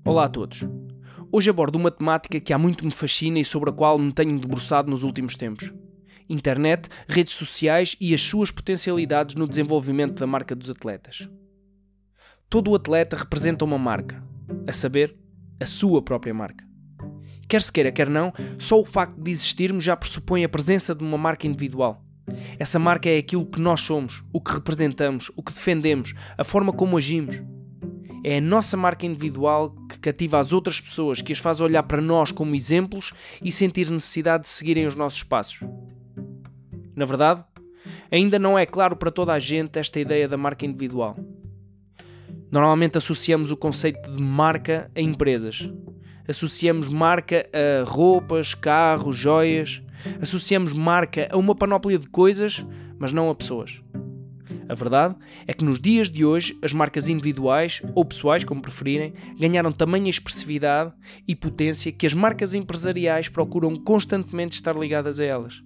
Olá a todos. Hoje abordo uma temática que há muito me fascina e sobre a qual me tenho debruçado nos últimos tempos. Internet, redes sociais e as suas potencialidades no desenvolvimento da marca dos atletas. Todo o atleta representa uma marca, a saber, a sua própria marca. Quer se queira, quer não, só o facto de existirmos já pressupõe a presença de uma marca individual. Essa marca é aquilo que nós somos, o que representamos, o que defendemos, a forma como agimos. É a nossa marca individual que cativa as outras pessoas, que as faz olhar para nós como exemplos e sentir necessidade de seguirem os nossos passos. Na verdade, ainda não é claro para toda a gente esta ideia da marca individual. Normalmente associamos o conceito de marca a empresas. Associamos marca a roupas, carros, joias. Associamos marca a uma panóplia de coisas, mas não a pessoas. A verdade é que nos dias de hoje as marcas individuais, ou pessoais, como preferirem, ganharam tamanha expressividade e potência que as marcas empresariais procuram constantemente estar ligadas a elas.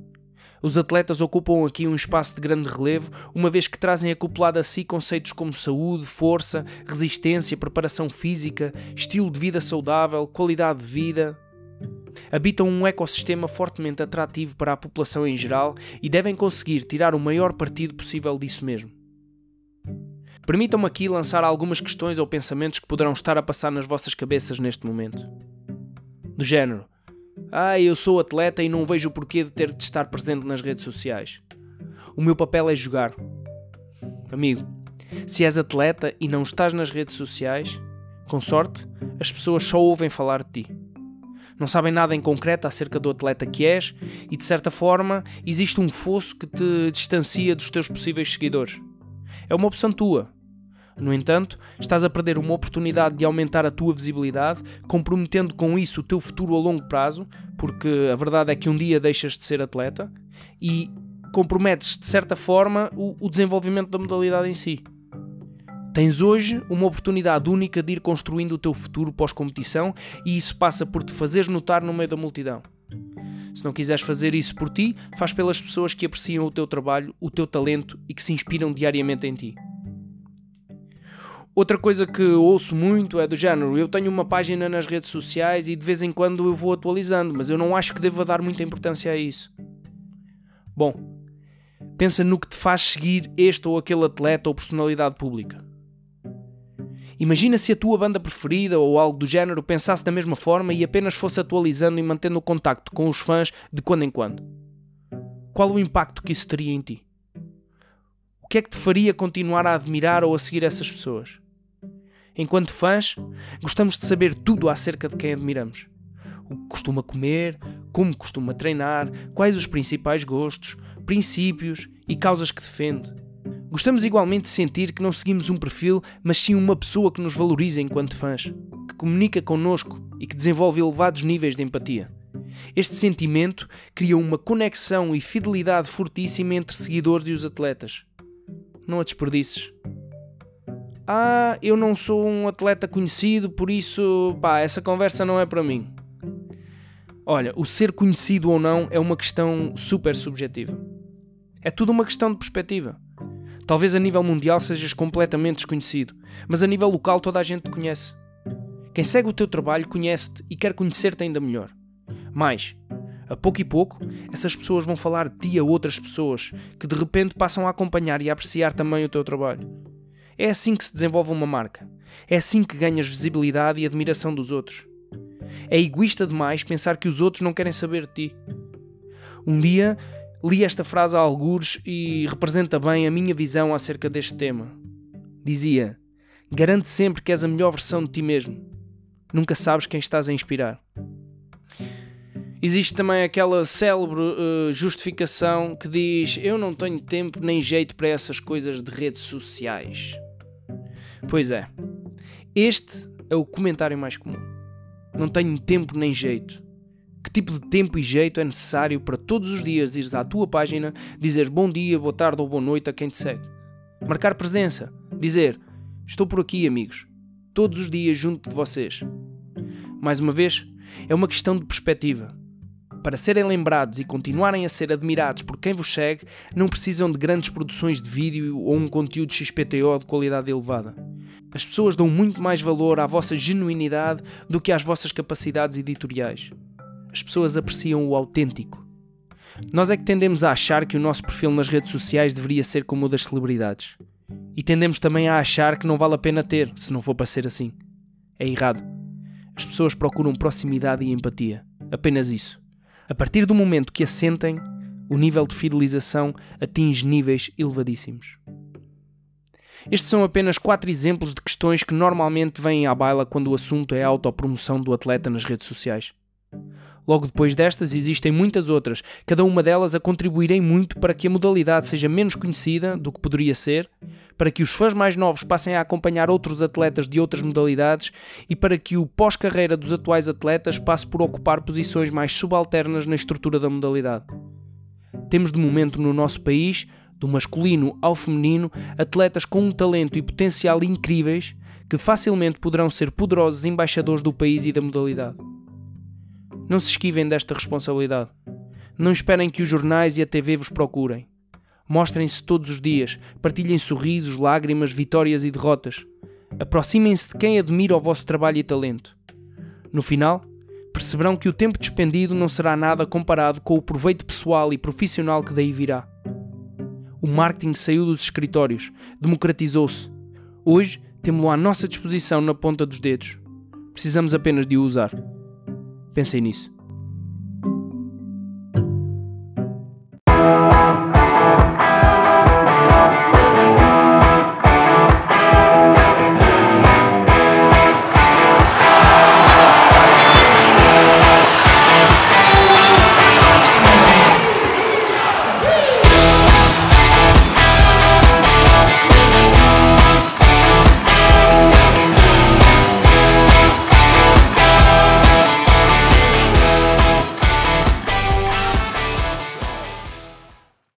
Os atletas ocupam aqui um espaço de grande relevo, uma vez que trazem acoplado a si conceitos como saúde, força, resistência, preparação física, estilo de vida saudável, qualidade de vida. Habitam um ecossistema fortemente atrativo para a população em geral e devem conseguir tirar o maior partido possível disso mesmo. Permitam-me aqui lançar algumas questões ou pensamentos que poderão estar a passar nas vossas cabeças neste momento. Do género: eu sou atleta e não vejo o porquê de ter de estar presente nas redes sociais. O meu papel é jogar. Amigo, se és atleta e não estás nas redes sociais, com sorte, as pessoas só ouvem falar de ti. Não sabem nada em concreto acerca do atleta que és e, de certa forma, existe um fosso que te distancia dos teus possíveis seguidores. É uma opção tua. No entanto, estás a perder uma oportunidade de aumentar a tua visibilidade, comprometendo com isso o teu futuro a longo prazo, porque a verdade é que um dia deixas de ser atleta, e comprometes, de certa forma, o desenvolvimento da modalidade em si. Tens hoje uma oportunidade única de ir construindo o teu futuro pós-competição e isso passa por te fazeres notar no meio da multidão. Se não quiseres fazer isso por ti, faz pelas pessoas que apreciam o teu trabalho, o teu talento e que se inspiram diariamente em ti. Outra coisa que ouço muito é do género: eu tenho uma página nas redes sociais e de vez em quando eu vou atualizando, mas eu não acho que deva dar muita importância a isso. Bom, pensa no que te faz seguir este ou aquele atleta ou personalidade pública. Imagina se a tua banda preferida ou algo do género pensasse da mesma forma e apenas fosse atualizando e mantendo o contacto com os fãs de quando em quando. Qual o impacto que isso teria em ti? O que é que te faria continuar a admirar ou a seguir essas pessoas? Enquanto fãs, gostamos de saber tudo acerca de quem admiramos. O que costuma comer, como costuma treinar, quais os principais gostos, princípios e causas que defende. Gostamos igualmente de sentir que não seguimos um perfil, mas sim uma pessoa que nos valoriza enquanto fãs, que comunica connosco e que desenvolve elevados níveis de empatia. Este sentimento cria uma conexão e fidelidade fortíssima entre seguidores e os atletas. Não a desperdices. Eu não sou um atleta conhecido, por isso, essa conversa não é para mim. Olha, o ser conhecido ou não é uma questão super subjetiva. É tudo uma questão de perspectiva. Talvez a nível mundial sejas completamente desconhecido, mas a nível local toda a gente te conhece. Quem segue o teu trabalho conhece-te e quer conhecer-te ainda melhor. Mas, a pouco e pouco, essas pessoas vão falar de ti a outras pessoas, que de repente passam a acompanhar e a apreciar também o teu trabalho. É assim que se desenvolve uma marca. É assim que ganhas visibilidade e admiração dos outros. É egoísta demais pensar que os outros não querem saber de ti. Um dia li esta frase a algures e representa bem a minha visão acerca deste tema. Dizia: garante sempre que és a melhor versão de ti mesmo. Nunca sabes quem estás a inspirar. Existe também aquela célebre justificação que diz: eu não tenho tempo nem jeito para essas coisas de redes sociais. Pois é, este é o comentário mais comum. Não tenho tempo nem jeito. Que tipo de tempo e jeito é necessário para todos os dias ires à tua página, dizer bom dia, boa tarde ou boa noite a quem te segue? Marcar presença, dizer: estou por aqui, amigos, todos os dias junto de vocês. Mais uma vez, é uma questão de perspectiva. Para serem lembrados e continuarem a ser admirados por quem vos segue, não precisam de grandes produções de vídeo ou um conteúdo XPTO de qualidade elevada. As pessoas dão muito mais valor à vossa genuinidade do que às vossas capacidades editoriais. As pessoas apreciam o autêntico. Nós é que tendemos a achar que o nosso perfil nas redes sociais deveria ser como o das celebridades. E tendemos também a achar que não vale a pena ter, se não for para ser assim. É errado. As pessoas procuram proximidade e empatia. Apenas isso. A partir do momento que a sentem, o nível de fidelização atinge níveis elevadíssimos. Estes são apenas 4 exemplos de questões que normalmente vêm à baila quando o assunto é a autopromoção do atleta nas redes sociais. Logo depois destas existem muitas outras, cada uma delas a contribuírem muito para que a modalidade seja menos conhecida do que poderia ser, para que os fãs mais novos passem a acompanhar outros atletas de outras modalidades e para que o pós-carreira dos atuais atletas passe por ocupar posições mais subalternas na estrutura da modalidade. Temos de momento no nosso país, do masculino ao feminino, atletas com um talento e potencial incríveis que facilmente poderão ser poderosos embaixadores do país e da modalidade. Não se esquivem desta responsabilidade. Não esperem que os jornais e a TV vos procurem. Mostrem-se todos os dias, partilhem sorrisos, lágrimas, vitórias e derrotas. Aproximem-se de quem admira o vosso trabalho e talento. No final, perceberão que o tempo despendido não será nada comparado com o proveito pessoal e profissional que daí virá. O marketing saiu dos escritórios, democratizou-se. Hoje, temos-lo à nossa disposição na ponta dos dedos. Precisamos apenas de o usar. Pensem nisso.